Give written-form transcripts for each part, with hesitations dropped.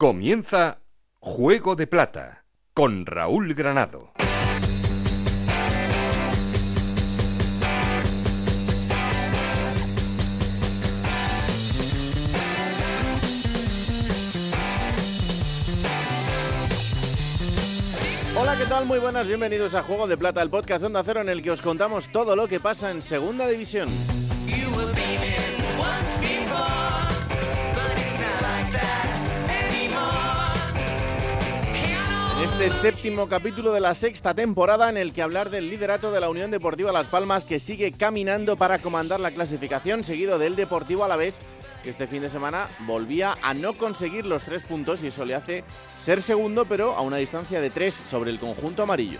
Comienza Juego de Plata con Raúl Granado. Hola, ¿qué tal? Muy buenas, bienvenidos a Juego de Plata, el podcast Onda Cero en el que os contamos todo lo que pasa en Segunda División. En este séptimo capítulo de la sexta temporada, en el que hablar del liderato de la Unión Deportiva Las Palmas, que sigue caminando para comandar la clasificación, seguido del Deportivo Alavés, que este fin de semana volvía a no conseguir los 3 puntos y eso le hace ser segundo, pero a una distancia de 3 sobre el conjunto amarillo.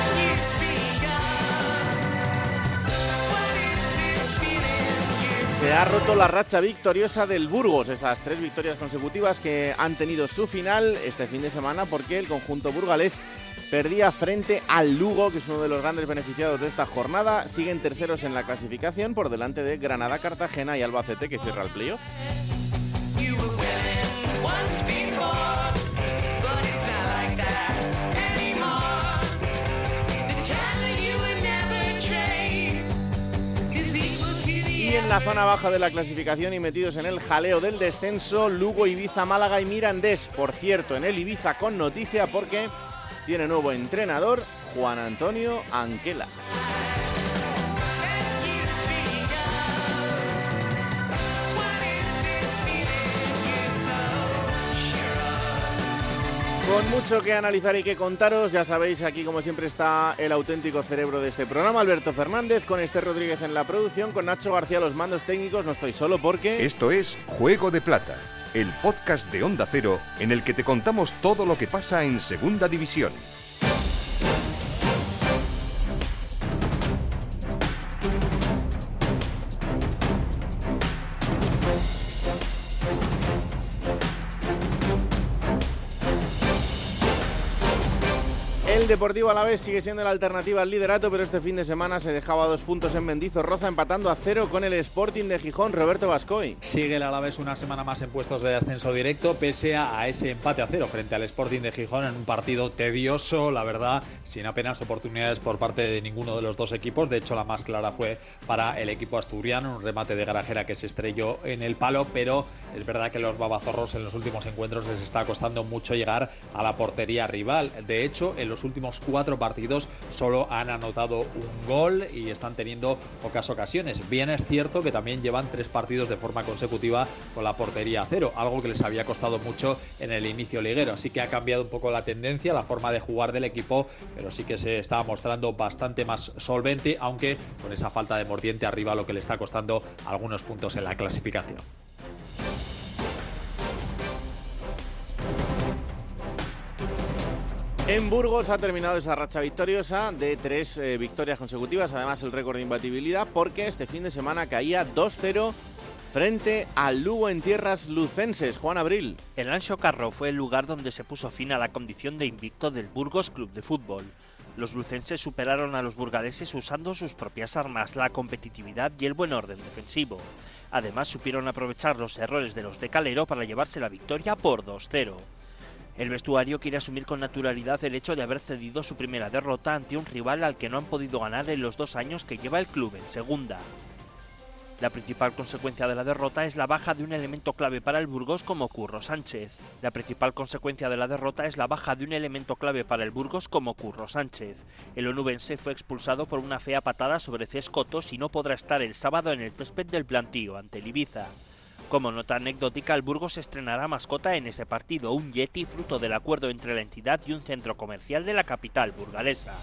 Se ha roto la racha victoriosa del Burgos, esas 3 victorias consecutivas que han tenido su final este fin de semana, porque el conjunto burgalés perdía frente al Lugo, que es uno de los grandes beneficiados de esta jornada. Siguen terceros en la clasificación por delante de Granada, Cartagena y Albacete, que cierra el playoff. Y en la zona baja de la clasificación y metidos en el jaleo del descenso, Lugo, Ibiza, Málaga y Mirandés. Por cierto, en el Ibiza con noticia porque tiene nuevo entrenador, Juan Antonio Anquela. Con mucho que analizar y que contaros, ya sabéis, aquí como siempre está el auténtico cerebro de este programa, Alberto Fernández, con Esther Rodríguez en la producción, con Nacho García los mandos técnicos. No estoy solo porque... Esto es Juego de Plata, el podcast de Onda Cero en el que te contamos todo lo que pasa en Segunda División. El Deportivo Alavés sigue siendo la alternativa al liderato, pero este fin de semana se dejaba 2 puntos en Mendizorroza, empatando a 0 con el Sporting de Gijón. Roberto Bascoy. Sigue el Alavés una semana más en puestos de ascenso directo, pese a ese empate a 0 frente al Sporting de Gijón en un partido tedioso, la verdad, sin apenas oportunidades por parte de ninguno de los dos equipos. De hecho, la más clara fue para el equipo asturiano, un remate de Garajera que se estrelló en el palo, pero es verdad que los babazorros en los últimos encuentros les está costando mucho llegar a la portería rival. De hecho, en los últimos 4 partidos solo han anotado un gol y están teniendo pocas ocasiones. Bien es cierto que también llevan 3 partidos de forma consecutiva con la portería a 0, algo que les había costado mucho en el inicio liguero. Así que ha cambiado un poco la tendencia, la forma de jugar del equipo, pero sí que se está mostrando bastante más solvente, aunque con esa falta de mordiente arriba, lo que le está costando algunos puntos en la clasificación. En Burgos ha terminado esa racha victoriosa de 3 victorias consecutivas, además el récord de imbatibilidad, porque este fin de semana caía 2-0 frente al Lugo en tierras lucenses. Juan Abril. El Anxo Carro fue el lugar donde se puso fin a la condición de invicto del Burgos Club de Fútbol. Los lucenses superaron a los burgaleses usando sus propias armas, la competitividad y el buen orden defensivo. Además, supieron aprovechar los errores de los de Calero para llevarse la victoria por 2-0. El vestuario quiere asumir con naturalidad el hecho de haber cedido su primera derrota ante un rival al que no han podido ganar en los 2 años que lleva el club en segunda. La principal consecuencia de la derrota es la baja de un elemento clave para el Burgos como Curro Sánchez. El onubense fue expulsado por una fea patada sobre Cés Cotos y no podrá estar el sábado en el césped del plantío ante el Ibiza. Como nota anecdótica, el Burgos estrenará mascota en ese partido, un Yeti fruto del acuerdo entre la entidad y un centro comercial de la capital burgalesa.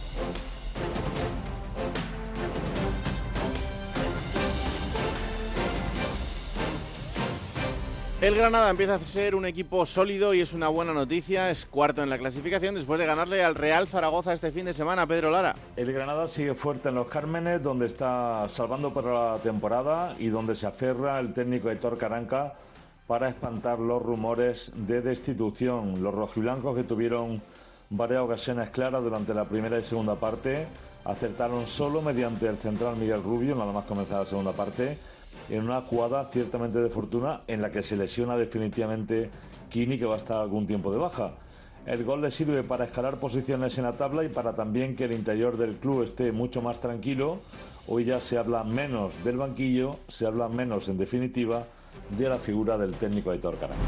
El Granada empieza a ser un equipo sólido y es una buena noticia. Es cuarto en la clasificación después de ganarle al Real Zaragoza este fin de semana. Pedro Lara. El Granada sigue fuerte en los Cármenes, donde está salvando por la temporada y donde se aferra el técnico Héctor Caranca para espantar los rumores de destitución. Los rojiblancos, que tuvieron varias ocasiones claras durante la primera y segunda parte, acertaron solo mediante el central Miguel Rubio, nada más comenzar la segunda parte, en una jugada ciertamente de fortuna en la que se lesiona definitivamente Kini, que va a estar algún tiempo de baja. El gol le sirve para escalar posiciones en la tabla y para también que el interior del club esté mucho más tranquilo. Hoy ya se habla menos del banquillo, se habla menos, en definitiva, de la figura del técnico Aitor Karanka.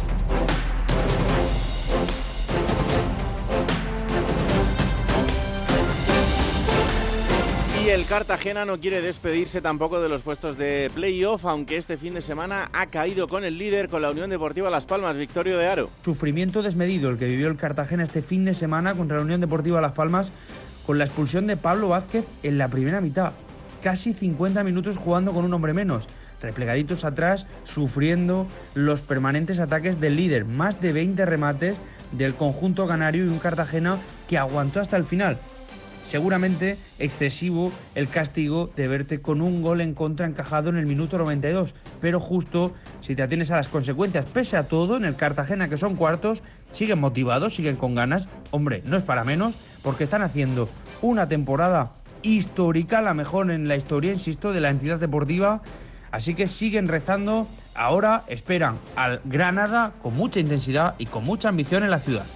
Y el Cartagena no quiere despedirse tampoco de los puestos de playoff, aunque este fin de semana ha caído con el líder, con la Unión Deportiva Las Palmas. Victorio de Aro. Sufrimiento desmedido el que vivió el Cartagena este fin de semana contra la Unión Deportiva Las Palmas, con la expulsión de Pablo Vázquez en la primera mitad. Casi 50 minutos jugando con un hombre menos, replegaditos atrás, sufriendo los permanentes ataques del líder. Más de 20 remates del conjunto canario y un Cartagena que aguantó hasta el final. Seguramente excesivo el castigo de verte con un gol en contra encajado en el minuto 92, pero justo si te atienes a las consecuencias. Pese a todo, en el Cartagena, que son cuartos, siguen motivados, siguen con ganas. Hombre, no es para menos, porque están haciendo una temporada histórica, la mejor en la historia, insisto, de la entidad deportiva. Así que siguen rezando, ahora esperan al Granada con mucha intensidad y con mucha ambición en la ciudad.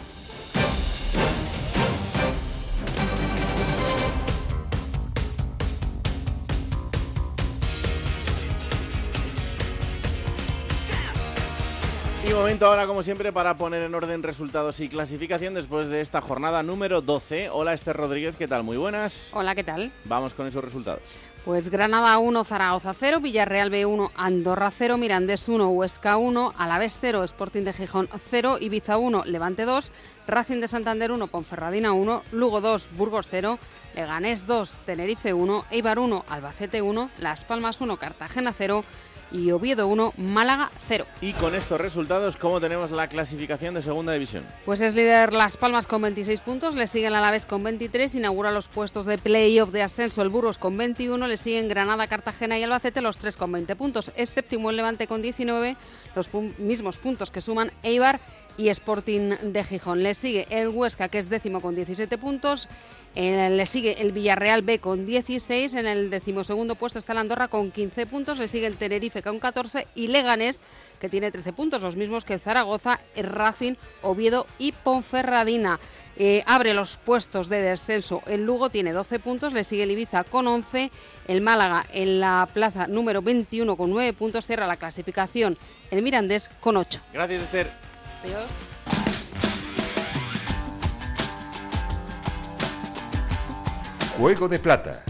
Y momento ahora, como siempre, para poner en orden resultados y clasificación después de esta jornada número 12. Hola, Esther Rodríguez, ¿qué tal? Muy buenas. Hola, ¿qué tal? Vamos con esos resultados. Pues Granada 1, Zaragoza 0, Villarreal B 1, Andorra 0, Mirandés 1, Huesca 1, Alavés 0, Sporting de Gijón 0, Ibiza 1, Levante 2, Racing de Santander 1, Ponferradina 1, Lugo 2, Burgos 0, Leganés 2, Tenerife 1, Eibar 1, Albacete 1, Las Palmas 1, Cartagena 0 y Oviedo 1, Málaga 0. Y con estos resultados, ¿cómo tenemos la clasificación de Segunda División? Pues es líder Las Palmas con 26 puntos, le sigue el Alavés con 23, inaugura los puestos de play-off de ascenso el Burgos con 21, le siguen Granada, Cartagena y Albacete, los tres con 20 puntos. Es séptimo el Levante con 19, los mismos puntos que suman Eibar y Sporting de Gijón. Le sigue el Huesca, que es décimo con 17 puntos. Le sigue el Villarreal B con 16, en el decimosegundo puesto está el Andorra con 15 puntos, le sigue el Tenerife con 14 y Leganés, que tiene 13 puntos, los mismos que el Zaragoza, el Racing, Oviedo y Ponferradina. Abre los puestos de descenso el Lugo, tiene 12 puntos, le sigue el Ibiza con 11, el Málaga en la plaza número 21 con 9 puntos, cierra la clasificación el Mirandés con 8. Gracias, Esther. Adiós. Juego de Plata.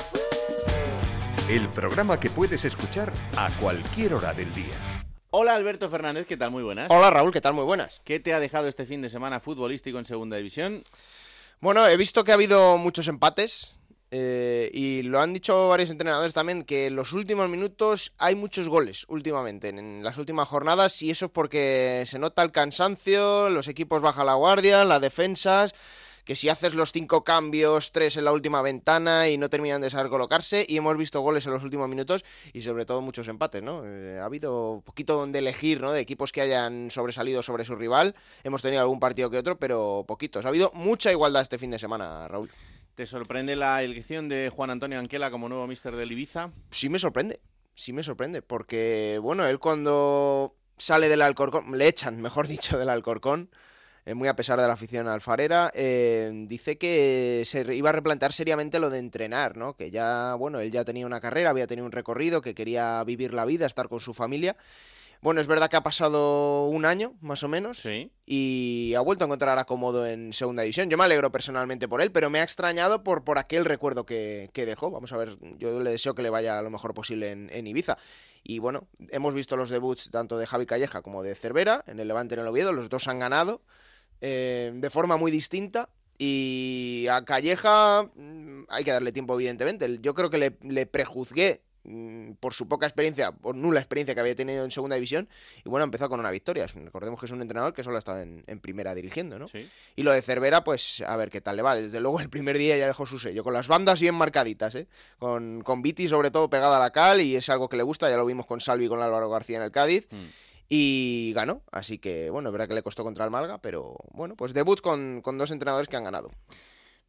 El programa que puedes escuchar a cualquier hora del día. Hola, Alberto Fernández, ¿qué tal? Muy buenas. Hola, Raúl, ¿qué tal? Muy buenas. ¿Qué te ha dejado este fin de semana futbolístico en Segunda División? Bueno, he visto que ha habido muchos empates y lo han dicho varios entrenadores también, que en los últimos minutos hay muchos goles últimamente, en las últimas jornadas, y eso es porque se nota el cansancio, los equipos bajan la guardia, las defensas, que si haces los 5 cambios, 3 en la última ventana y no terminan de saber colocarse, y hemos visto goles en los últimos minutos y sobre todo muchos empates, ¿no? Ha habido poquito donde elegir, ¿no? De equipos que hayan sobresalido sobre su rival. Hemos tenido algún partido que otro, pero poquitos. Ha habido mucha igualdad este fin de semana, Raúl. ¿Te sorprende la elección de Juan Antonio Anquela como nuevo míster del Ibiza? Sí me sorprende, porque, bueno, él cuando sale del Alcorcón, le echan, mejor dicho, del Alcorcón, muy a pesar de la afición alfarera, dice que se iba a replantear seriamente lo de entrenar, ¿no? Que ya, bueno, él ya tenía una carrera, había tenido un recorrido, que quería vivir la vida, estar con su familia. Bueno, es verdad que ha pasado un año, más o menos, sí, y ha vuelto a encontrar acomodo en Segunda División. Yo me alegro personalmente por él, pero me ha extrañado por aquel recuerdo que dejó. Vamos a ver, yo le deseo que le vaya lo mejor posible en Ibiza. Y bueno, hemos visto los debuts tanto de Javi Calleja como de Cervera, en el Levante y en el Oviedo, los dos han ganado de forma muy distinta. Y a Calleja hay que darle tiempo, evidentemente. Yo creo que le prejuzgué por su poca experiencia, por nula experiencia que había tenido en Segunda División, y bueno, empezó con una victoria. Recordemos que es un entrenador que solo ha estado en primera dirigiendo, ¿no? Sí. Y lo de Cervera, pues a ver qué tal le va. Desde luego el primer día ya dejó su sello, con las bandas bien marcaditas, con Viti sobre todo pegada a la cal, y es algo que le gusta, ya lo vimos con Salvi y con Álvaro García en el Cádiz. Y ganó, así que bueno, es verdad que le costó contra el Málaga, pero bueno, pues debut con dos entrenadores que han ganado.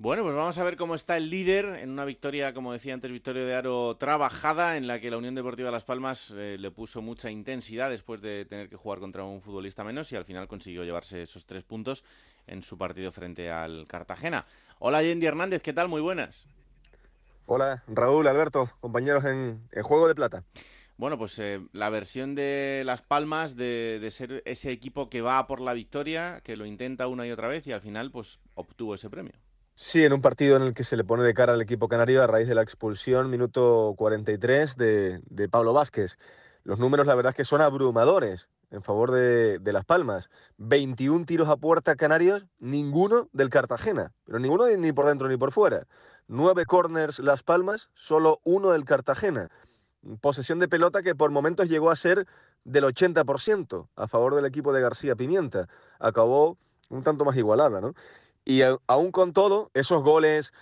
Bueno, pues vamos a ver cómo está el líder en una victoria, como decía antes Victorio de Aro, trabajada, en la que la Unión Deportiva Las Palmas le puso mucha intensidad después de tener que jugar contra un futbolista menos y al final consiguió llevarse esos 3 puntos en su partido frente al Cartagena. Hola, Yendi Hernández, ¿qué tal? Muy buenas. Hola, Raúl, Alberto, compañeros en Juego de Plata. Bueno, pues la versión de Las Palmas de ser ese equipo que va por la victoria, que lo intenta una y otra vez y al final pues obtuvo ese premio. Sí, en un partido en el que se le pone de cara al equipo canario a raíz de la expulsión, minuto 43 de Pablo Vázquez. Los números, la verdad, es que son abrumadores en favor de Las Palmas. 21 tiros a puerta canarios, ninguno del Cartagena, pero ninguno ni por dentro ni por fuera. 9 córners Las Palmas, solo 1 del Cartagena. Posesión de pelota que por momentos llegó a ser del 80% a favor del equipo de García Pimienta. Acabó un tanto más igualada, ¿no? Y aún con todo, esos goles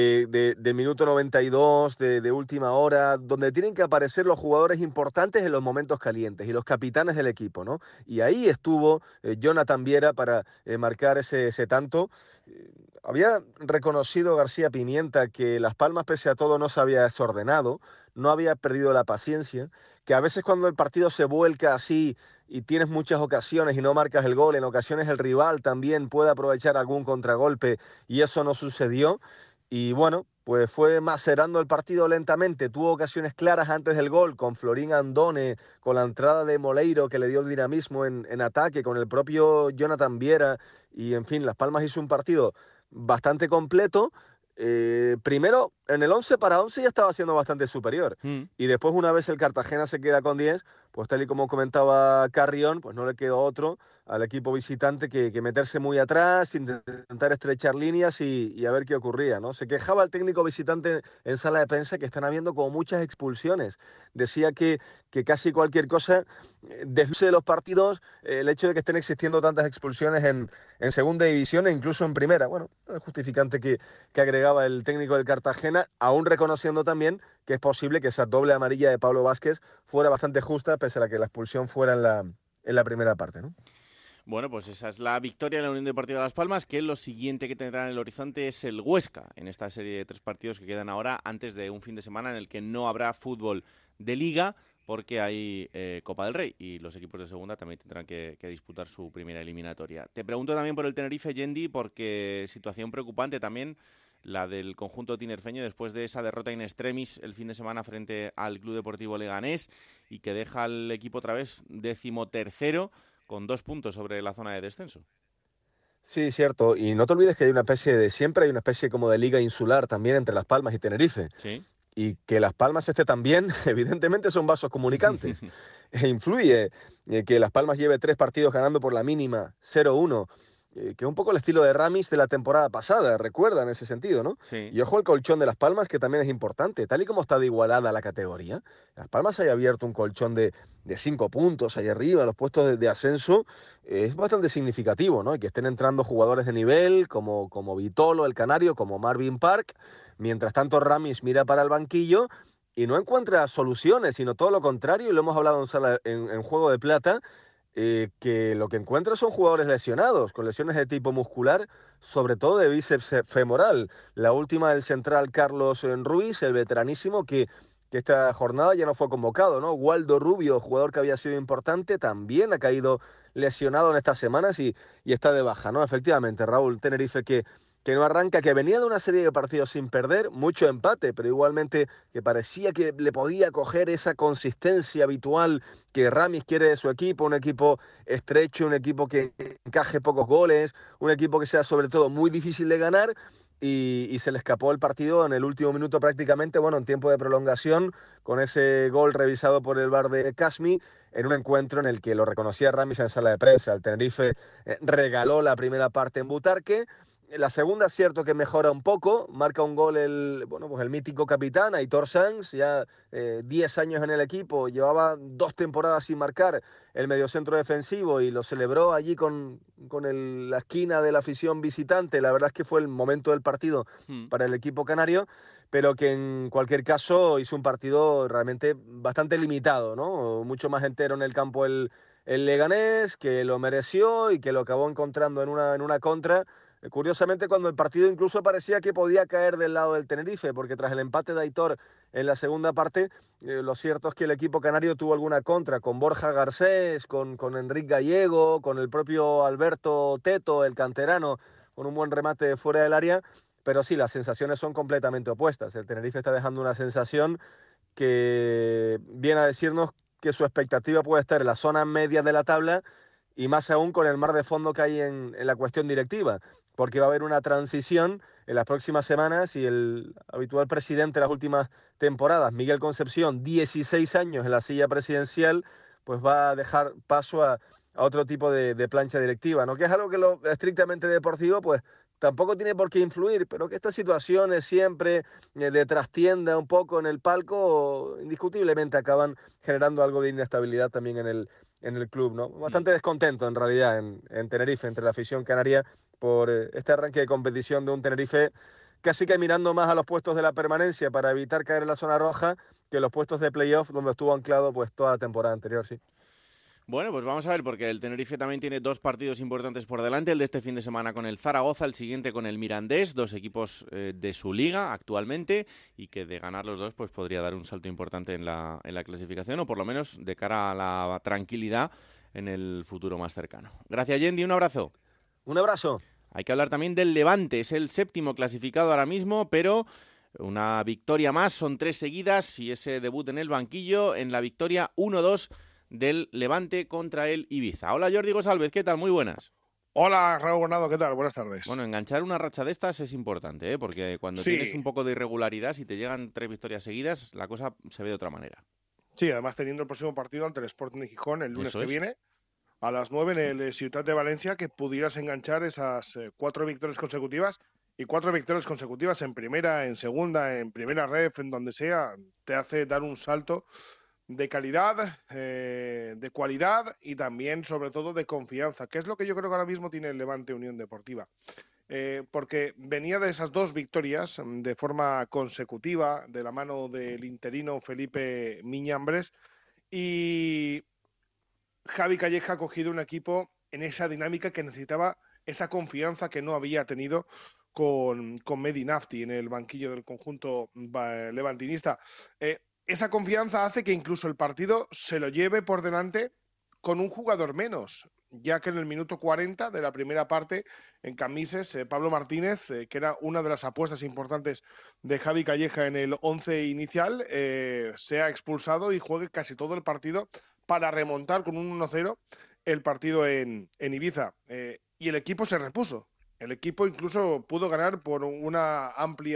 de minuto 92, de última hora, donde tienen que aparecer los jugadores importantes en los momentos calientes y los capitanes del equipo, ¿no? Y ahí estuvo Jonathan Viera para marcar ese tanto. Había reconocido García Pimienta que Las Palmas, pese a todo, no se había desordenado, no había perdido la paciencia, que a veces cuando el partido se vuelca así y tienes muchas ocasiones y no marcas el gol, en ocasiones el rival también puede aprovechar algún contragolpe y eso no sucedió. Y bueno, pues fue macerando el partido lentamente, tuvo ocasiones claras antes del gol con Florín Andone, con la entrada de Moleiro que le dio dinamismo en ataque, con el propio Jonathan Viera y en fin, Las Palmas hizo un partido bastante completo. Primero, en el 11 para 11 ya estaba siendo bastante superior. Y después, una vez el Cartagena se queda con 10, pues tal y como comentaba Carrión, pues no le quedó otro al equipo visitante que meterse muy atrás, intentar estrechar líneas y a ver qué ocurría, ¿no? Se quejaba el técnico visitante en sala de prensa que están habiendo como muchas expulsiones. Decía que casi cualquier cosa desluce de los partidos el hecho de que estén existiendo tantas expulsiones en segunda división e incluso en primera. Bueno, el justificante que agregaba el técnico del Cartagena, aún reconociendo también que es posible que esa doble amarilla de Pablo Vázquez fuera bastante justa, pese a que la expulsión fuera en la primera parte, ¿no? Bueno, pues esa es la victoria en la Unión Deportiva Las Palmas, que lo siguiente que tendrá en el horizonte es el Huesca, en esta serie de 3 partidos que quedan ahora, antes de un fin de semana en el que no habrá fútbol de Liga, porque hay Copa del Rey y los equipos de segunda también tendrán que disputar su primera eliminatoria. Te pregunto también por el Tenerife, Yendi, porque situación preocupante también la del conjunto tinerfeño después de esa derrota in extremis el fin de semana frente al Club Deportivo Leganés y que deja al equipo otra vez 13º con 2 puntos sobre la zona de descenso. Sí, cierto. Y no te olvides que siempre hay una especie como de liga insular también entre Las Palmas y Tenerife. Sí. Y que Las Palmas esté también, evidentemente son vasos comunicantes. Influye que Las Palmas lleve 3 partidos ganando por la mínima, 0-1, que es un poco el estilo de Ramis de la temporada pasada, recuerda en ese sentido, ¿no? Sí. Y ojo el colchón de Las Palmas, que también es importante, tal y como está de igualada la categoría. Las Palmas haya abierto un colchón de 5 puntos ahí arriba, los puestos de ascenso, es bastante significativo, ¿no? Y que estén entrando jugadores de nivel, como Vitolo, el canario, como Marvin Park. Mientras tanto, Ramis mira para el banquillo y no encuentra soluciones, sino todo lo contrario, y lo hemos hablado en Juego de Plata, que lo que encuentra son jugadores lesionados, con lesiones de tipo muscular, sobre todo de bíceps femoral. La última del central Carlos Ruiz, el veteranísimo, que esta jornada ya no fue convocado, ¿no? Waldo Rubio, jugador que había sido importante, también ha caído lesionado en estas semanas y está de baja, ¿no? Efectivamente, Raúl, Tenerife que no arranca, que venía de una serie de partidos sin perder, mucho empate, pero igualmente que parecía que le podía coger esa consistencia habitual que Ramis quiere de su equipo, un equipo estrecho, un equipo que encaje pocos goles, un equipo que sea sobre todo muy difícil de ganar, y se le escapó el partido en el último minuto prácticamente, bueno, en tiempo de prolongación, con ese gol revisado por el VAR de Kasmi, en un encuentro en el que lo reconocía Ramis en sala de prensa. El Tenerife regaló la primera parte en Butarque. La segunda es cierto que mejora un poco, marca un gol el mítico capitán, Aitor Sanz, ya 10 años en el equipo, llevaba 2 temporadas sin marcar el mediocentro defensivo y lo celebró allí con la esquina de la afición visitante. La verdad es que fue el momento del partido para el equipo canario, pero que en cualquier caso hizo un partido realmente bastante limitado, ¿no? Mucho más entero en el campo el Leganés, que lo mereció y que lo acabó encontrando en una contra Curiosamente, cuando el partido incluso parecía que podía caer del lado del Tenerife, porque tras el empate de Aitor en la segunda parte, lo cierto es que el equipo canario tuvo alguna contra con Borja Garcés, con Enrique Gallego, con el propio Alberto Teto, el canterano, con un buen remate fuera del área, pero sí, las sensaciones son completamente opuestas. El Tenerife está dejando una sensación que viene a decirnos que su expectativa puede estar en la zona media de la tabla y más aún con el mar de fondo que hay en la cuestión directiva, porque va a haber una transición en las próximas semanas y el habitual presidente de las últimas temporadas, Miguel Concepción, 16 años en la silla presidencial, pues va a dejar paso a otro tipo de plancha directiva, ¿no? Que es algo que lo estrictamente deportivo, pues tampoco tiene por qué influir, pero que estas situaciones siempre de trastienda un poco en el palco, indiscutiblemente acaban generando algo de inestabilidad también en el club, ¿no? Bastante descontento en realidad en Tenerife, entre la afición canaria, por este arranque de competición de un Tenerife casi que mirando más a los puestos de la permanencia para evitar caer en la zona roja que los puestos de playoff donde estuvo anclado pues toda la temporada anterior, sí. Bueno, pues vamos a ver, porque el Tenerife también tiene 2 partidos importantes por delante, el de este fin de semana con el Zaragoza, el siguiente con el Mirandés, 2 equipos de su liga actualmente, y que de ganar los 2 pues podría dar un salto importante en la clasificación, o por lo menos de cara a la tranquilidad en el futuro más cercano. Gracias, Yendi, un abrazo. Un abrazo. Hay que hablar también del Levante, es el 7º clasificado ahora mismo, pero una victoria más, son 3 seguidas, y ese debut en el banquillo en la victoria 1-2 del Levante contra el Ibiza. Hola, Jordi González, ¿qué tal? Muy buenas. Hola, Raúl Bernardo, ¿qué tal? Buenas tardes. Bueno, enganchar una racha de estas es importante, ¿eh? Porque cuando tienes un poco de irregularidad, si te llegan 3 victorias seguidas, la cosa se ve de otra manera. Sí, además teniendo el próximo partido ante el Sporting de Gijón el lunes que viene, a las 9 en el Ciutat de Valencia, que pudieras enganchar esas 4 victorias consecutivas, y 4 victorias consecutivas en primera, en segunda, en primera ref, en donde sea, te hace dar un salto de calidad, de cualidad y también, sobre todo, de confianza, que es lo que yo creo que ahora mismo tiene el Levante Unión Deportiva. Porque venía de esas 2 victorias de forma consecutiva de la mano del interino Felipe Miñambres, y Javi Calleja ha cogido un equipo en esa dinámica que necesitaba esa confianza que no había tenido con Mehdi Nafti en el banquillo del conjunto levantinista. Esa confianza hace que incluso el partido se lo lleve por delante con un jugador menos, ya que en el minuto 40 de la primera parte, en Camises, Pablo Martínez, que era una de las apuestas importantes de Javi Calleja en el 11 inicial, se ha expulsado y juegue casi todo el partido para remontar con un 1-0 el partido en Ibiza. Y el equipo se repuso. El equipo incluso pudo ganar por una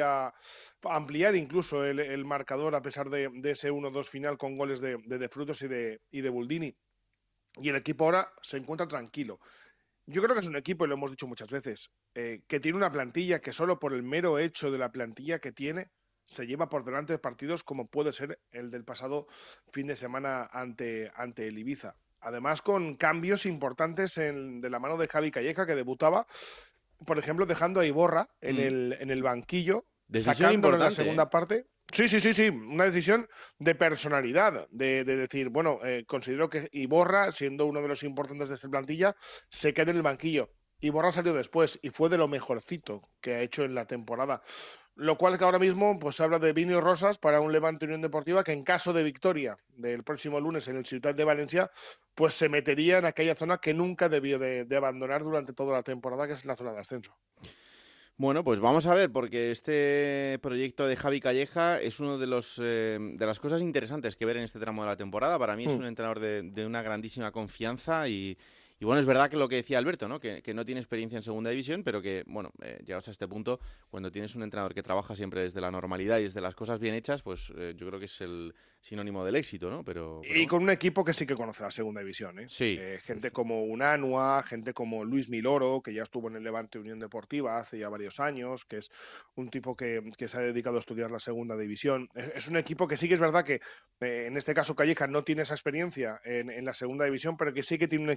ampliar incluso el marcador a pesar de ese 1-2 final con goles de Frutos y de Buldini. Y el equipo ahora se encuentra tranquilo. Yo creo que es un equipo, y lo hemos dicho muchas veces, que tiene una plantilla que solo por el mero hecho de la plantilla que tiene se lleva por delante de partidos como puede ser el del pasado fin de semana ante el Ibiza. Además, con cambios importantes de la mano de Javi Calleja, que debutaba, por ejemplo, dejando a Iborra en el banquillo, sacándolo en la segunda parte. Sí, una decisión de personalidad, de decir, bueno, considero que Iborra, siendo uno de los importantes de esta plantilla, se quede en el banquillo. Iborra salió después y fue de lo mejorcito que ha hecho en la temporada. Lo cual es que ahora mismo pues habla de vino y rosas para un Levante Unión Deportiva que en caso de victoria del próximo lunes en el Ciutat de Valencia, pues se metería en aquella zona que nunca debió de abandonar durante toda la temporada, que es la zona de ascenso. Bueno, pues vamos a ver, porque este proyecto de Javi Calleja es uno de las cosas interesantes que ver en este tramo de la temporada. Para mí es un entrenador de una grandísima confianza y bueno, es verdad que lo que decía Alberto, ¿no? Que no tiene experiencia en segunda división, pero que, bueno, llegados a este punto, cuando tienes un entrenador que trabaja siempre desde la normalidad y desde las cosas bien hechas, pues yo creo que es el sinónimo del éxito, ¿no? Pero y con un equipo que sí que conoce la segunda división, ¿eh? Sí. Gente como Unanua, gente como Luis Miloro, que ya estuvo en el Levante Unión Deportiva hace ya varios años, que es un tipo que se ha dedicado a estudiar la segunda división. Es un equipo que sí que es verdad que, en este caso Calleja no tiene esa experiencia en la segunda división, pero que sí que tiene un equipo detrás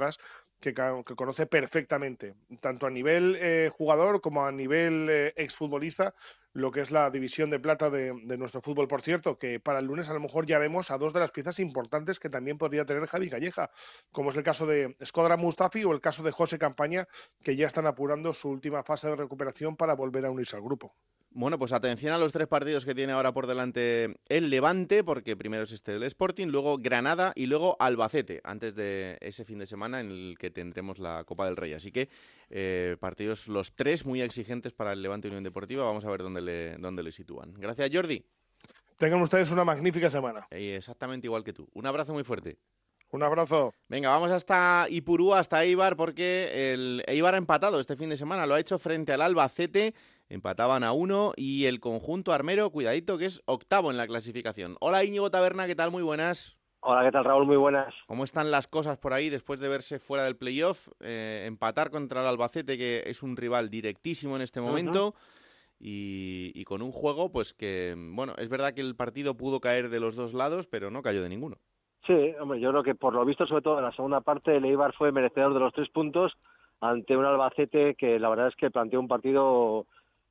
Bruselas, que conoce perfectamente, tanto a nivel jugador como a nivel exfutbolista, lo que es la división de plata de nuestro fútbol. Por cierto, que para el lunes a lo mejor ya vemos a dos de las piezas importantes que también podría tener Javi Calleja, como es el caso de Shkodran Mustafi o el caso de José Campaña, que ya están apurando su última fase de recuperación para volver a unirse al grupo. Bueno, pues atención a los 3 partidos que tiene ahora por delante el Levante, porque primero es del Sporting, luego Granada y luego Albacete, antes de ese fin de semana en el que tendremos la Copa del Rey. Así que partidos los 3 muy exigentes para el Levante Unión Deportiva. Vamos a ver dónde le sitúan. Gracias, Jordi. Tengan ustedes una magnífica semana. Exactamente igual que tú. Un abrazo muy fuerte. Un abrazo. Venga, vamos hasta Ipurúa, hasta Eibar, porque el Eibar ha empatado este fin de semana. Lo ha hecho frente al Albacete. Empataban a 1 y el conjunto armero, cuidadito, que es octavo en la clasificación. Hola, Íñigo Taberna, ¿qué tal? Muy buenas. Hola, ¿qué tal, Raúl? Muy buenas. ¿Cómo están las cosas por ahí después de verse fuera del playoff? Empatar contra el Albacete, que es un rival directísimo en este momento. Y con un juego, pues que, bueno, es verdad que el partido pudo caer de los dos lados, pero no cayó de ninguno. Sí, hombre, yo creo que por lo visto, sobre todo en la segunda parte, el Eibar fue merecedor de los 3 puntos ante un Albacete que la verdad es que planteó un partido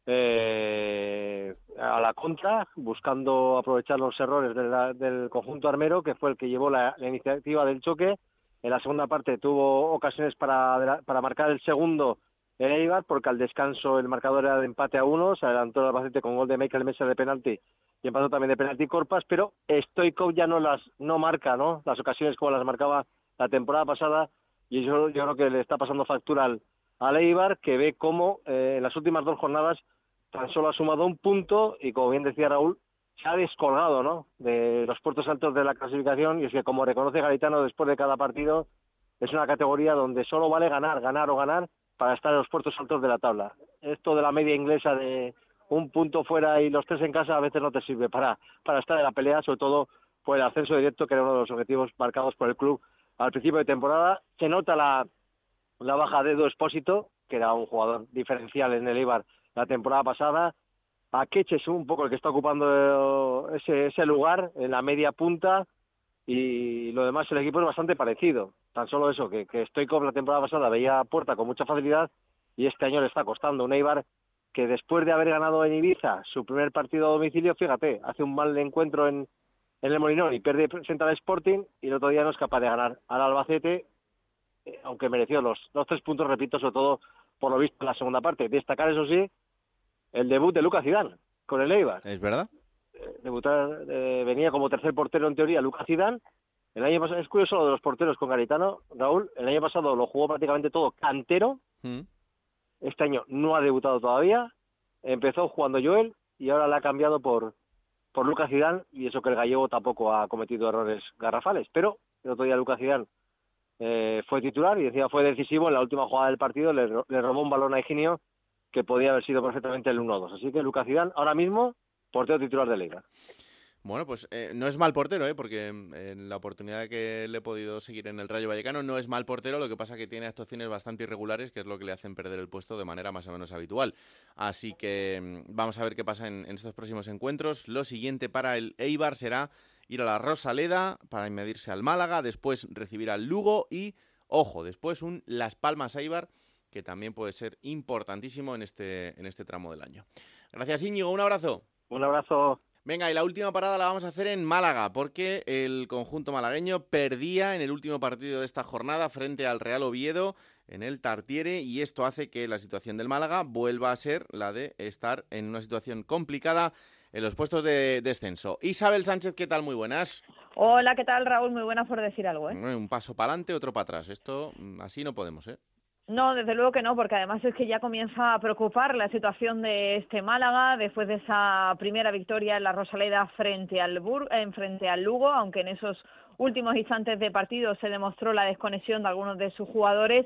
a la contra, buscando aprovechar los errores del conjunto armero, que fue el que llevó la iniciativa del choque. En la segunda parte tuvo ocasiones para marcar el segundo el Eibar, porque al descanso el marcador era de empate a 1, se adelantó el Albacete con gol de Michael Mesa de penalti y empató también de penalti Corpas, pero Stoichkov ya no marca, ¿no?, las ocasiones como las marcaba la temporada pasada, y yo creo que le está pasando factura al Eibar, que ve cómo en las últimas 2 jornadas tan solo ha sumado 1 punto y, como bien decía Raúl, se ha descolgado, ¿no?, de los puestos altos de la clasificación. Y es que, como reconoce Garitano después de cada partido, es una categoría donde solo vale ganar para estar en los puestos altos de la tabla. Esto de la media inglesa de 1 punto fuera y los 3 en casa a veces no te sirve para estar en la pelea, sobre todo por el ascenso directo, que era uno de los objetivos marcados por el club al principio de temporada. Se nota la baja de Edu Espósito, que era un jugador diferencial en el Eibar la temporada pasada. Akeche es un poco el que está ocupando ese lugar en la media punta, y lo demás el equipo es bastante parecido. Tan solo eso, que Stoichkov la temporada pasada veía a puerta con mucha facilidad y este año le está costando. Un Eibar que, después de haber ganado en Ibiza su primer partido a domicilio, fíjate, hace un mal encuentro en el Molinón y pierde frente al Sporting, y el otro día no es capaz de ganar al Albacete, aunque mereció los 3 puntos, repito, sobre todo por lo visto en la segunda parte. Destacar, eso sí, el debut de Lucas Zidane con el Eibar. ¿Es verdad? Debutar, venía como tercer portero en teoría Lucas Zidane. El año pasado, es curioso lo de los porteros con Garitano, Raúl, el año pasado lo jugó prácticamente todo cantero. Este año no ha debutado todavía, empezó jugando Joel y ahora la ha cambiado por Lucas Zidane, y eso que el gallego tampoco ha cometido errores garrafales, pero el otro día Lucas Zidane fue titular y decía fue decisivo en la última jugada del partido, le robó un balón a Higinio que podía haber sido perfectamente el 1-2, así que Lucas Zidane ahora mismo portero titular de Liga. Bueno, pues no es mal portero, porque en la oportunidad que le he podido seguir en el Rayo Vallecano no es mal portero, lo que pasa que tiene actuaciones bastante irregulares, que es lo que le hacen perder el puesto de manera más o menos habitual. Así que vamos a ver qué pasa en estos próximos encuentros. Lo siguiente para el Eibar será ir a la Rosaleda para medirse al Málaga, después recibir al Lugo y, ojo, después un Las Palmas Eibar, que también puede ser importantísimo en este tramo del año. Gracias, Íñigo, un abrazo. Un abrazo. Venga, y la última parada la vamos a hacer en Málaga, porque el conjunto malagueño perdía en el último partido de esta jornada frente al Real Oviedo en el Tartiere, y esto hace que la situación del Málaga vuelva a ser la de estar en una situación complicada en los puestos de descenso. Isabel Sánchez, ¿qué tal? Muy buenas. Hola, ¿qué tal, Raúl? Muy buenas, por decir algo, ¿eh? Un paso para adelante, otro para atrás. Esto así no podemos, ¿eh? No, desde luego que no, porque además es que ya comienza a preocupar la situación de este Málaga después de esa primera victoria en la Rosaleda frente al Lugo, aunque en esos últimos instantes de partido se demostró la desconexión de algunos de sus jugadores.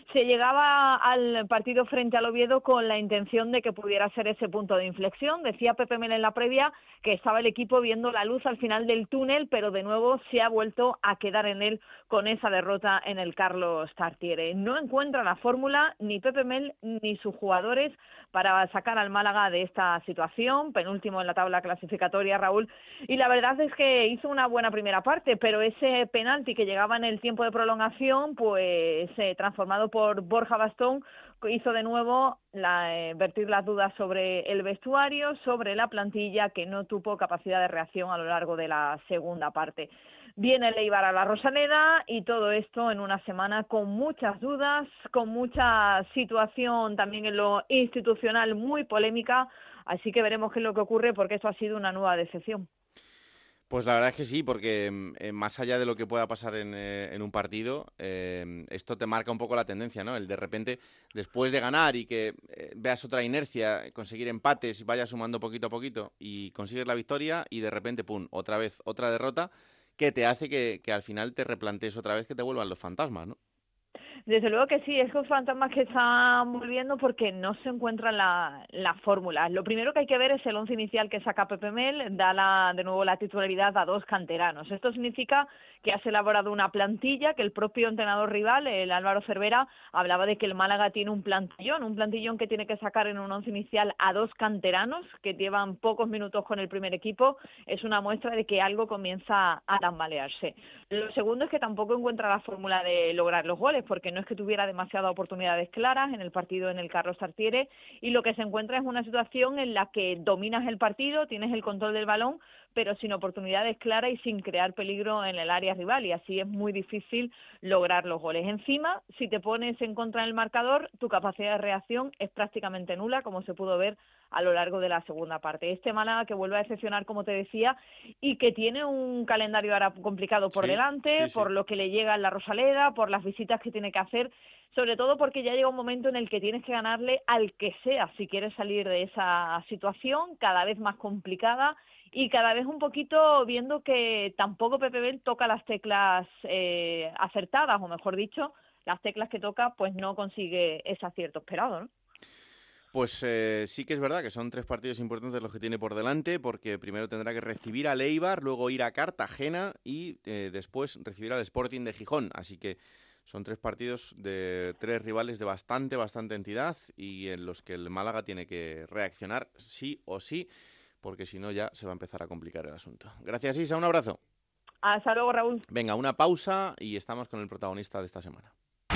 Se llegaba al partido frente al Oviedo con la intención de que pudiera ser ese punto de inflexión. Decía Pepe Mel en la previa que estaba el equipo viendo la luz al final del túnel, pero de nuevo se ha vuelto a quedar en él con esa derrota en el Carlos Tartiere. No encuentra la fórmula ni Pepe Mel ni sus jugadores para sacar al Málaga de esta situación, penúltimo en la tabla clasificatoria, Raúl, y la verdad es que hizo una buena primera parte, pero ese penalti que llegaba en el tiempo de prolongación, pues transformado por Borja Bastón, hizo de nuevo vertir las dudas sobre el vestuario, sobre la plantilla, que no tuvo capacidad de reacción a lo largo de la segunda parte. Viene el Eibar a la Rosaleda y todo esto en una semana con muchas dudas, con mucha situación también en lo institucional muy polémica, así que veremos qué es lo que ocurre, porque esto ha sido una nueva decepción. Pues la verdad es que sí, porque más allá de lo que pueda pasar en un partido, esto te marca un poco la tendencia, ¿no? El de repente, después de ganar y que veas otra inercia, conseguir empates, vayas sumando poquito a poquito y consigues la victoria y de repente, pum, otra vez otra derrota que te hace que al final te replantees otra vez que te vuelvan los fantasmas, ¿no? Desde luego que sí, esos fantasmas que están volviendo porque no se encuentra la fórmula. Lo primero que hay que ver es el once inicial que saca Pepe Mel, da de nuevo la titularidad a dos canteranos. Esto significa que has elaborado una plantilla, que el propio entrenador rival, el Álvaro Cervera, hablaba de que el Málaga tiene un plantillón que tiene que sacar en un once inicial a dos canteranos que llevan pocos minutos con el primer equipo. Es una muestra de que algo comienza a tambalearse. Lo segundo es que tampoco encuentra la fórmula de lograr los goles, porque no es que tuviera demasiadas oportunidades claras en el partido en el Carlos Tartiere, y lo que se encuentra es una situación en la que dominas el partido, tienes el control del balón, pero sin oportunidades claras y sin crear peligro en el área rival, y así es muy difícil lograr los goles. Encima, si te pones en contra del marcador, tu capacidad de reacción es prácticamente nula, como se pudo ver a lo largo de la segunda parte. Este Málaga que vuelve a decepcionar, como te decía, y que tiene un calendario ahora complicado por delante, por lo que le llega en la Rosaleda, por las visitas que tiene que hacer, sobre todo porque ya llega un momento en el que tienes que ganarle al que sea si quieres salir de esa situación cada vez más complicada y cada vez un poquito viendo que tampoco Pepe Mel toca las teclas acertadas, o mejor dicho, las teclas que toca pues no consigue ese acierto esperado, ¿no? Pues sí que es verdad que son 3 partidos importantes los que tiene por delante, porque primero tendrá que recibir al Eibar, luego ir a Cartagena y después recibir al Sporting de Gijón. Así que son 3 partidos de 3 rivales de bastante entidad y en los que el Málaga tiene que reaccionar sí o sí, porque si no ya se va a empezar a complicar el asunto. Gracias, Isa, un abrazo. Hasta luego, Raúl. Venga, una pausa y estamos con el protagonista de esta semana.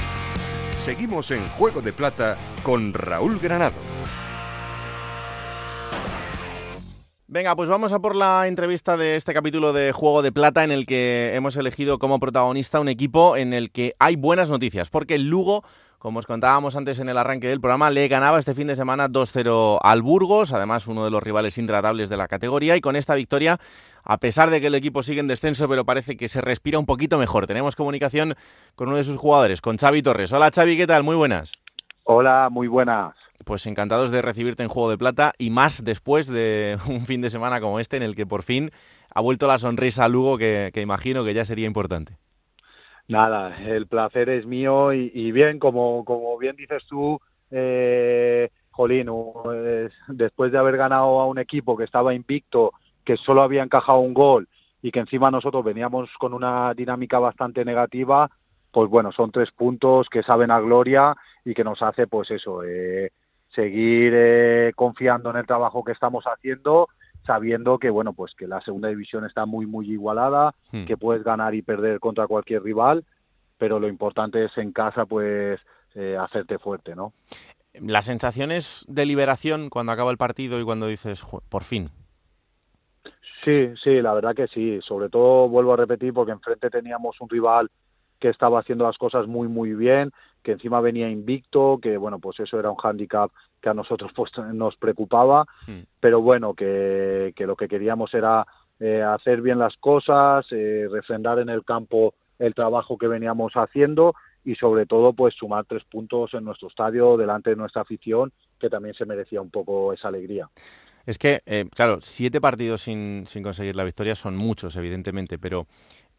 Seguimos en Juego de Plata con Raúl Granado. Venga, pues vamos a por la entrevista de este capítulo de Juego de Plata, en el que hemos elegido como protagonista un equipo en el que hay buenas noticias, porque el Lugo, como os contábamos antes en el arranque del programa, le ganaba este fin de semana 2-0 al Burgos, además uno de los rivales intratables de la categoría, y con esta victoria, a pesar de que el equipo sigue en descenso, pero parece que se respira un poquito mejor. Tenemos comunicación con uno de sus jugadores, con Xavi Torres. Hola Xavi, ¿qué tal? Muy buenas. Hola, muy buenas. Pues encantados de recibirte en Juego de Plata, y más después de un fin de semana como este, en el que por fin ha vuelto la sonrisa a Lugo, que imagino que ya sería importante. Nada, el placer es mío y bien, como bien dices tú, jolín, después de haber ganado a un equipo que estaba invicto, que solo había encajado un gol y que encima nosotros veníamos con una dinámica bastante negativa, pues bueno, son 3 puntos que saben a gloria y que nos hace pues eso, seguir confiando en el trabajo que estamos haciendo, sabiendo que bueno, pues que la segunda división está muy igualada, que puedes ganar y perder contra cualquier rival, pero lo importante es en casa pues hacerte fuerte, ¿no? Las sensaciones de liberación cuando acaba el partido y cuando dices, por fin. Sí, la verdad que sí, sobre todo vuelvo a repetir porque enfrente teníamos un rival que estaba haciendo las cosas muy bien, que encima venía invicto, que bueno, pues eso era un hándicap que a nosotros pues nos preocupaba, pero bueno, que lo que queríamos era hacer bien las cosas, refrendar en el campo el trabajo que veníamos haciendo y sobre todo pues sumar 3 puntos en nuestro estadio delante de nuestra afición, que también se merecía un poco esa alegría. Es que, claro, 7 partidos sin conseguir la victoria son muchos, evidentemente, pero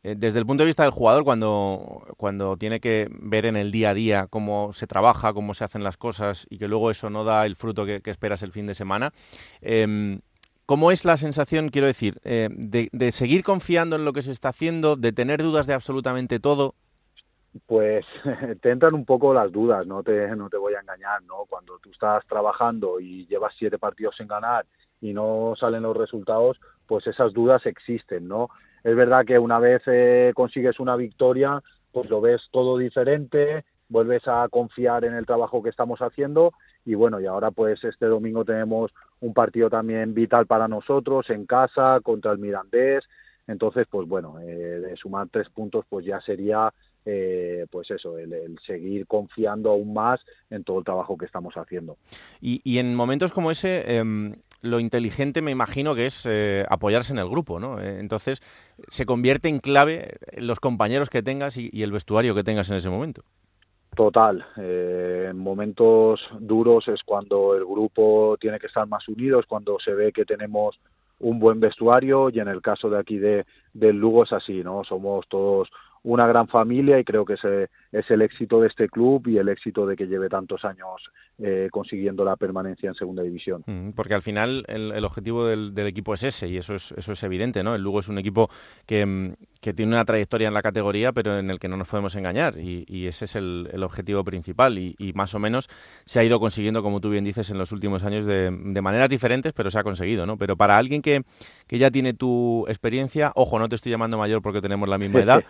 desde el punto de vista del jugador, cuando tiene que ver en el día a día cómo se trabaja, cómo se hacen las cosas y que luego eso no da el fruto que esperas el fin de semana, ¿cómo es la sensación, quiero decir, de seguir confiando en lo que se está haciendo, de tener dudas de absolutamente todo? Pues te entran un poco las dudas, no te voy a engañar, ¿no? Cuando tú estás trabajando y llevas 7 partidos sin ganar y no salen los resultados, pues esas dudas existen, ¿no? Es verdad que una vez consigues una victoria, pues lo ves todo diferente, vuelves a confiar en el trabajo que estamos haciendo y bueno, y ahora pues este domingo tenemos un partido también vital para nosotros en casa contra el Mirandés, entonces pues bueno, de sumar 3 puntos pues ya sería pues eso, el seguir confiando aún más en todo el trabajo que estamos haciendo. Y en momentos como ese, lo inteligente me imagino que es apoyarse en el grupo, ¿no? Entonces se convierte en clave los compañeros que tengas y el vestuario que tengas en ese momento. Total, en momentos duros es cuando el grupo tiene que estar más unido, es cuando se ve que tenemos un buen vestuario y en el caso de aquí del Lugo es así, ¿no? Somos todos una gran familia y creo que ese es el éxito de este club y el éxito de que lleve tantos años consiguiendo la permanencia en Segunda División. Porque al final el objetivo del equipo es ese y eso es evidente, ¿no? El Lugo es un equipo que tiene una trayectoria en la categoría pero en el que no nos podemos engañar y ese es el objetivo principal y más o menos se ha ido consiguiendo, como tú bien dices, en los últimos años de maneras diferentes, pero se ha conseguido, ¿no? Pero para alguien que ya tiene tu experiencia, ojo, no te estoy llamando mayor porque tenemos la misma edad,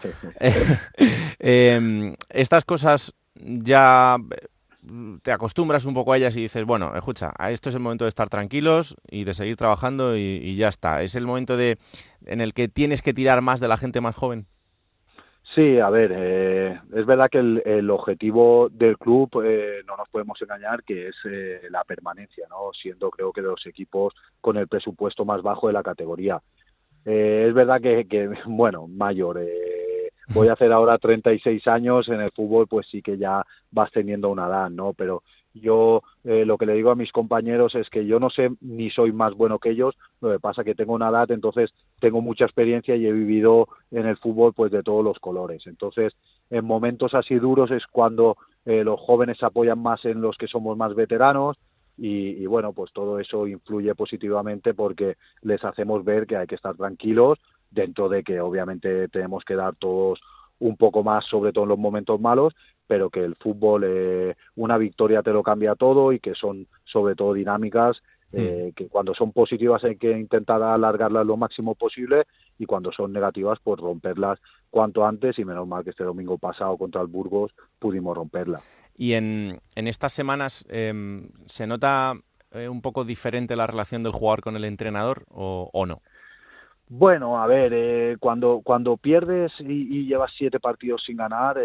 estas cosas ya te acostumbras un poco a ellas y dices, bueno, escucha, esto es el momento de estar tranquilos y de seguir trabajando y ya está. ¿Es el momento en el que tienes que tirar más de la gente más joven? Sí, a ver, es verdad que el objetivo del club, no nos podemos engañar, que es la permanencia, ¿no? Siendo creo que de los equipos con el presupuesto más bajo de la categoría. Es verdad que bueno, mayor, voy a hacer ahora 36 años, en el fútbol pues sí que ya vas teniendo una edad, ¿no? Pero yo lo que le digo a mis compañeros es que yo no sé ni soy más bueno que ellos, lo que pasa que tengo una edad, entonces tengo mucha experiencia y he vivido en el fútbol pues de todos los colores. Entonces, en momentos así duros es cuando los jóvenes se apoyan más en los que somos más veteranos y bueno, pues todo eso influye positivamente porque les hacemos ver que hay que estar tranquilos dentro de que obviamente tenemos que dar todos un poco más, sobre todo en los momentos malos, pero que el fútbol, una victoria te lo cambia todo y que son sobre todo dinámicas, que cuando son positivas hay que intentar alargarlas lo máximo posible y cuando son negativas pues romperlas cuanto antes y menos mal que este domingo pasado contra el Burgos pudimos romperla. Y en estas semanas ¿se nota un poco diferente la relación del jugador con el entrenador o no? Bueno, a ver, cuando pierdes y llevas 7 partidos sin ganar,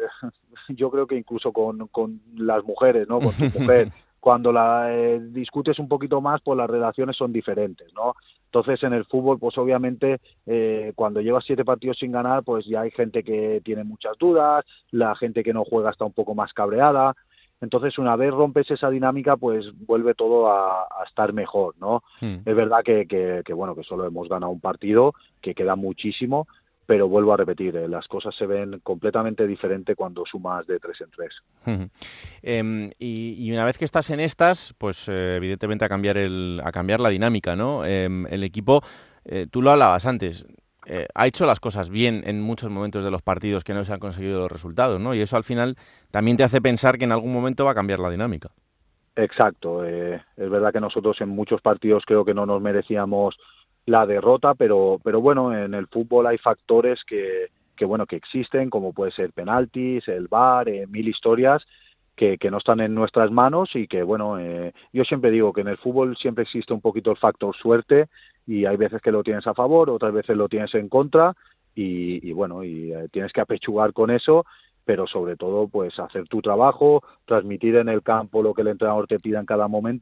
yo creo que incluso con las mujeres, ¿no? Con tu mujer, cuando la discutes un poquito más, pues las relaciones son diferentes, ¿no? Entonces, en el fútbol, pues obviamente, cuando llevas 7 partidos sin ganar, pues ya hay gente que tiene muchas dudas, la gente que no juega está un poco más cabreada. Entonces, una vez rompes esa dinámica, pues vuelve todo a estar mejor, ¿no? Es verdad que bueno, que solo hemos ganado un partido, que queda muchísimo, pero vuelvo a repetir, las cosas se ven completamente diferente cuando sumas de 3 en 3. Y una vez que estás en estas, pues evidentemente a cambiar la dinámica, ¿no? El equipo, tú lo hablabas antes, ha hecho las cosas bien en muchos momentos de los partidos que no se han conseguido los resultados, ¿no? Y eso al final también te hace pensar que en algún momento va a cambiar la dinámica. Exacto. Es verdad que nosotros en muchos partidos creo que no nos merecíamos la derrota, pero bueno, en el fútbol hay factores que bueno, que existen, como puede ser penaltis, el VAR, 1000 historias que no están en nuestras manos y que bueno, yo siempre digo que en el fútbol siempre existe un poquito el factor suerte y hay veces que lo tienes a favor, otras veces lo tienes en contra y bueno, tienes que apechugar con eso, pero sobre todo pues hacer tu trabajo, transmitir en el campo lo que el entrenador te pida en cada momento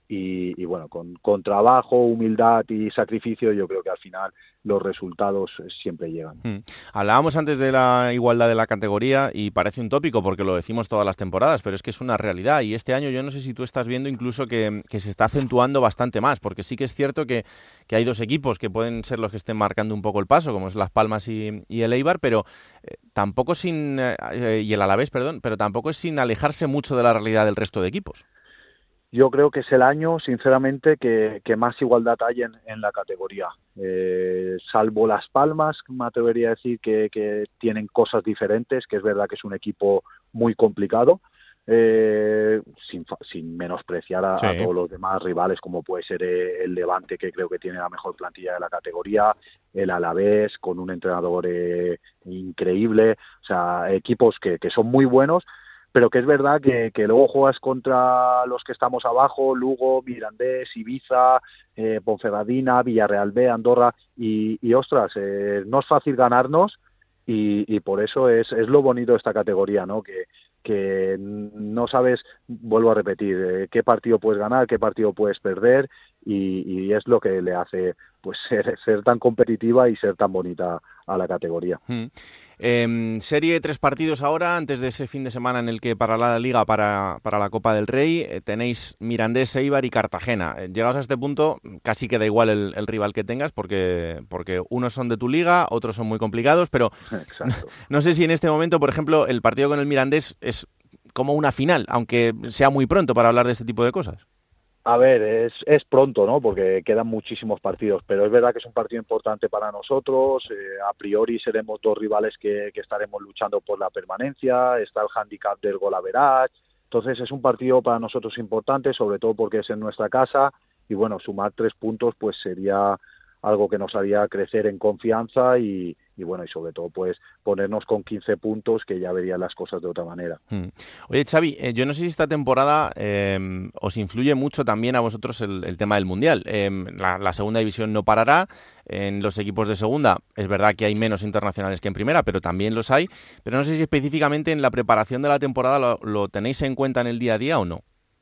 y bueno, con trabajo, humildad y sacrificio, yo creo que al final los resultados siempre llegan. Hablábamos antes de la igualdad de la categoría y parece un tópico porque lo decimos todas las temporadas, pero es que es una realidad, y este año yo no sé si tú estás viendo incluso que se está acentuando bastante más, porque sí que es cierto que hay dos equipos que pueden ser los que estén marcando un poco el paso, como es Las Palmas y el Eibar, pero tampoco y el Alavés, perdón, pero tampoco es sin alejarse mucho de la realidad del resto de equipos. Yo creo que es el año, sinceramente, que más igualdad hay en la categoría. Salvo Las Palmas, me atrevería a decir que tienen cosas diferentes, que es verdad que es un equipo muy complicado, sin menospreciar a todos los demás rivales, como puede ser el Levante, que creo que tiene la mejor plantilla de la categoría, el Alavés, con un entrenador increíble, o sea, equipos que son muy buenos, pero que es verdad que luego juegas contra los que estamos abajo, Lugo, Mirandés, Ibiza, Ponferradina, Villarreal B, Andorra, y ostras, no es fácil ganarnos, y por eso es lo bonito de esta categoría, ¿no? Que no sabes, vuelvo a repetir, qué partido puedes ganar, qué partido puedes perder, y es lo que le hace pues ser tan competitiva y ser tan bonita a la categoría. Serie 3 partidos ahora, antes de ese fin de semana en el que para la Liga, para la Copa del Rey, tenéis Mirandés, Eibar y Cartagena. Llegados a este punto, casi queda igual el rival que tengas, porque unos son de tu liga, otros son muy complicados, pero no sé si en este momento, por ejemplo, el partido con el Mirandés es como una final, aunque sea muy pronto para hablar de este tipo de cosas. A ver, es pronto, ¿no? Porque quedan muchísimos partidos, pero es verdad que es un partido importante para nosotros. A priori seremos dos rivales que estaremos luchando por la permanencia. Está el hándicap del gol average. Entonces es un partido para nosotros importante, sobre todo porque es en nuestra casa. Y bueno, sumar 3 puntos pues sería algo que nos haría crecer en confianza y bueno, y sobre todo pues ponernos con 15 puntos, que ya verían las cosas de otra manera. Oye, Xavi, yo no sé si esta temporada os influye mucho también a vosotros el tema del Mundial. La segunda división no parará, en los equipos de segunda es verdad que hay menos internacionales que en primera, pero también los hay, pero no sé si específicamente en la preparación de la temporada lo tenéis en cuenta en el día a día o no.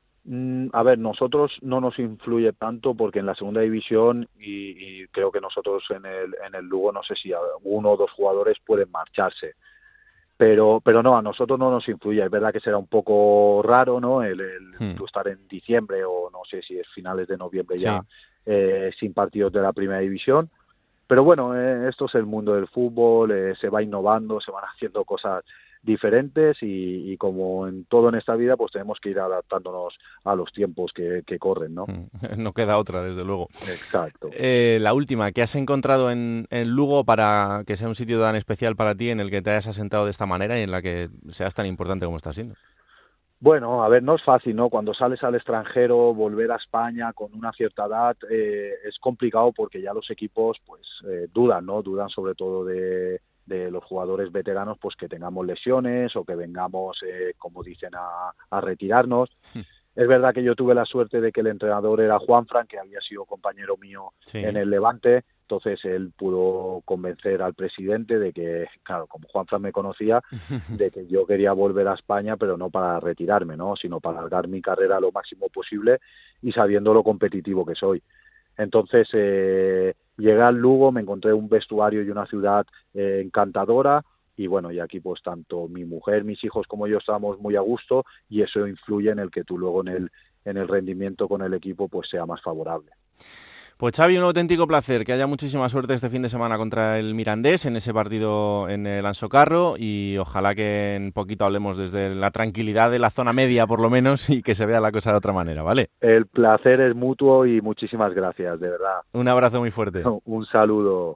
A ver, nosotros no nos influye tanto porque en la segunda división y creo que nosotros en el Lugo no sé si 1 o 2 jugadores pueden marcharse, pero no, a nosotros no nos influye. Es verdad que será un poco raro, ¿no? El estar en diciembre o no sé si es finales de noviembre ya sin partidos de la primera división, pero bueno, esto es el mundo del fútbol, se va innovando, se van haciendo cosas diferentes y como en todo en esta vida pues tenemos que ir adaptándonos a los tiempos que corren, ¿no? No queda otra, desde luego. Exacto. La última, ¿qué has encontrado en Lugo para que sea un sitio tan especial para ti, en el que te hayas asentado de esta manera y en la que seas tan importante como estás siendo? Bueno, a ver, no es fácil, ¿no? Cuando sales al extranjero, volver a España con una cierta edad es complicado porque ya los equipos pues dudan, ¿no? Dudan sobre todo de los jugadores veteranos, pues que tengamos lesiones o que vengamos, como dicen, a retirarnos. Es verdad que yo tuve la suerte de que el entrenador era Juanfran, que había sido compañero mío en el Levante, entonces él pudo convencer al presidente de que, claro, como Juanfran me conocía, de que yo quería volver a España, pero no para retirarme, ¿no? Sino para alargar mi carrera lo máximo posible y sabiendo lo competitivo que soy. Entonces, llegué al Lugo, me encontré un vestuario y una ciudad encantadora y bueno, y aquí pues tanto mi mujer, mis hijos como yo estábamos muy a gusto y eso influye en el que tú luego en el rendimiento con el equipo pues sea más favorable. Pues Xavi, un auténtico placer, que haya muchísima suerte este fin de semana contra el Mirandés en ese partido en el Anso Carro y ojalá que en poquito hablemos desde la tranquilidad de la zona media por lo menos y que se vea la cosa de otra manera, ¿vale? El placer es mutuo y muchísimas gracias, de verdad. Un abrazo muy fuerte. Un saludo.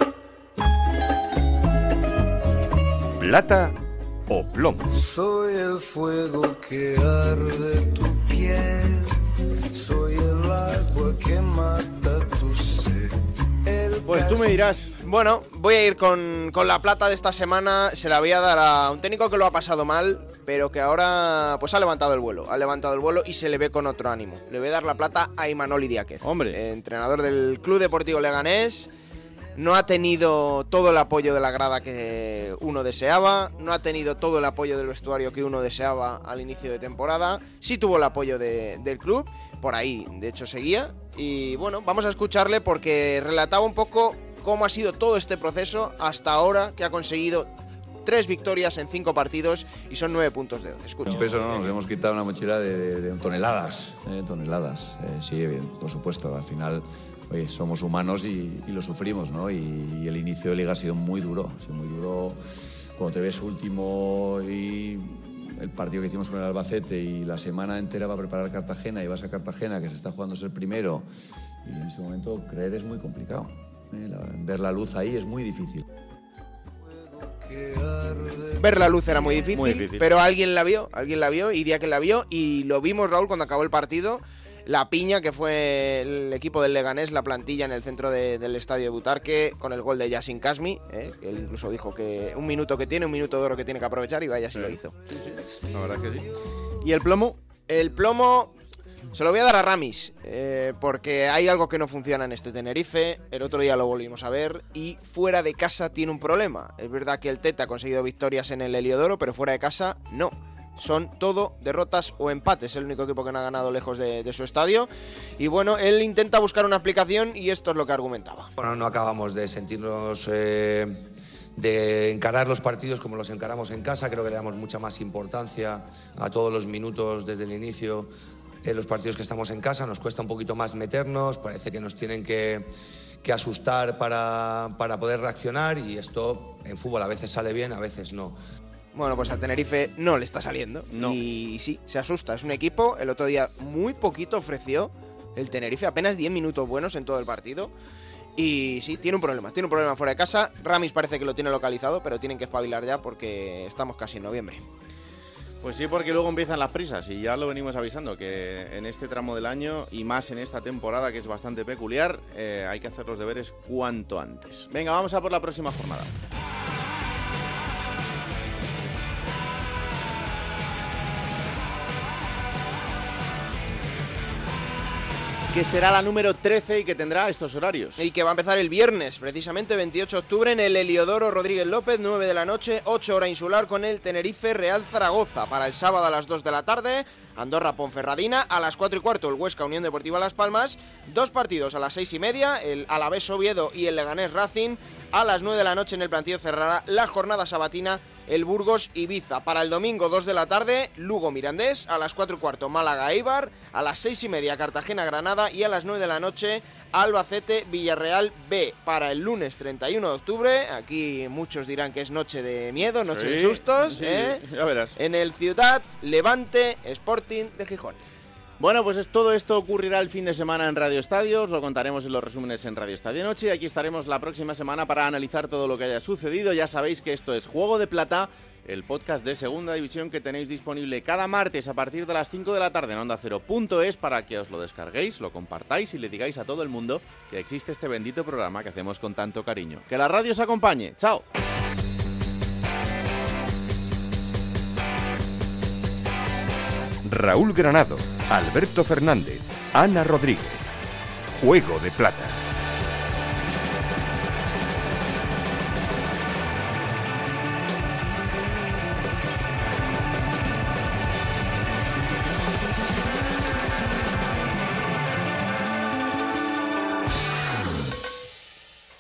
Plata o plomo. Soy el fuego que arde tu piel, soy el agua que mata tu sed. Pues tú me dirás. Bueno, voy a ir con la plata de esta semana. Se la voy a dar a un técnico que lo ha pasado mal, pero que ahora pues ha levantado el vuelo. Ha levantado el vuelo y se le ve con otro ánimo. Le voy a dar la plata a Imanol Idiáquez. Hombre. Entrenador del Club Deportivo Leganés. no ha tenido todo el apoyo de la grada que uno deseaba, no ha tenido todo el apoyo del vestuario que uno deseaba al inicio de temporada, sí tuvo el apoyo del club, por ahí de hecho seguía, y bueno, vamos a escucharle porque relataba un poco cómo ha sido todo este proceso hasta ahora, que ha conseguido 3 victorias en 5 partidos y son 9 puntos de 12. Escucha. Peso, ¿no? Nos hemos quitado una mochila de toneladas, sí, bien, por supuesto, al final, oye, somos humanos y lo sufrimos, ¿no? Y el inicio de liga ha sido muy duro, cuando te ves último y el partido que hicimos con el Albacete y la semana entera va a preparar Cartagena y vas a Cartagena, que se está jugando el primero, y en ese momento creer es muy complicado, ver la luz ahí es muy difícil. Ver la luz era muy difícil, pero alguien la vio, y día que la vio, y lo vimos, Raúl, cuando acabó el partido, la piña que fue el equipo del Leganés, la plantilla en el centro del estadio de Butarque, con el gol de Yasin Kasmi, que él incluso dijo que un minuto de oro que tiene que aprovechar, y vaya si lo hizo. Sí, la verdad que sí. ¿Y el plomo? El plomo se lo voy a dar a Ramis, porque hay algo que no funciona en este Tenerife. El otro día lo volvimos a ver y fuera de casa tiene un problema. Es verdad que el Tete ha conseguido victorias en el Heliodoro, pero fuera de casa no. Son todo derrotas o empates. Es el único equipo que no ha ganado lejos de su estadio. Y bueno, él intenta buscar una explicación y esto es lo que argumentaba. Bueno, no acabamos de sentirnos... de encarar los partidos como los encaramos en casa. Creo que le damos mucha más importancia a todos los minutos desde el inicio. En los partidos que estamos en casa nos cuesta un poquito más meternos, parece que nos tienen que asustar para poder reaccionar, y esto en fútbol a veces sale bien, a veces no. Bueno, pues al Tenerife no le está saliendo, y sí, se asusta. Es un equipo, el otro día muy poquito ofreció el Tenerife, apenas 10 minutos buenos en todo el partido, y sí, tiene un problema fuera de casa. Ramis parece que lo tiene localizado, pero tienen que espabilar ya porque estamos casi en noviembre. Pues sí, porque luego empiezan las prisas y ya lo venimos avisando, que en este tramo del año y más en esta temporada que es bastante peculiar, hay que hacer los deberes cuanto antes. Venga, vamos a por la próxima jornada. Que será la número 13 y que tendrá estos horarios. Y que va a empezar el viernes, precisamente 28 de octubre, en el Heliodoro Rodríguez López, 9 de la noche, 8 hora insular, con el Tenerife Real Zaragoza. Para el sábado a las 2 de la tarde, Andorra Ponferradina, a las 4 y cuarto el Huesca Unión Deportiva Las Palmas, 2 partidos a las 6 y media, el Alavés Oviedo y el Leganés Racing, a las 9 de la noche en el Plantío cerrará la jornada sabatina el Burgos Ibiza. Para el domingo 2 de la tarde, Lugo Mirandés, a las 4 y cuarto Málaga Eibar, a las 6 y media Cartagena Granada y a las 9 de la noche Albacete Villarreal B. Para el lunes 31 de octubre, aquí muchos dirán que es noche de miedo, noche de sustos, ya verás. En el Ciudad Levante Sporting de Gijón. Bueno, pues todo esto ocurrirá el fin de semana en Radio Estadio, os lo contaremos en los resúmenes en Radio Estadio Noche, y aquí estaremos la próxima semana para analizar todo lo que haya sucedido. Ya sabéis que esto es Juego de Plata, el podcast de Segunda División que tenéis disponible cada martes a partir de las 5 de la tarde en OndaCero.es para que os lo descarguéis, lo compartáis y le digáis a todo el mundo que existe este bendito programa que hacemos con tanto cariño. Que la radio os acompañe. ¡Chao! Raúl Granado, Alberto Fernández, Ana Rodríguez. Juego de Plata.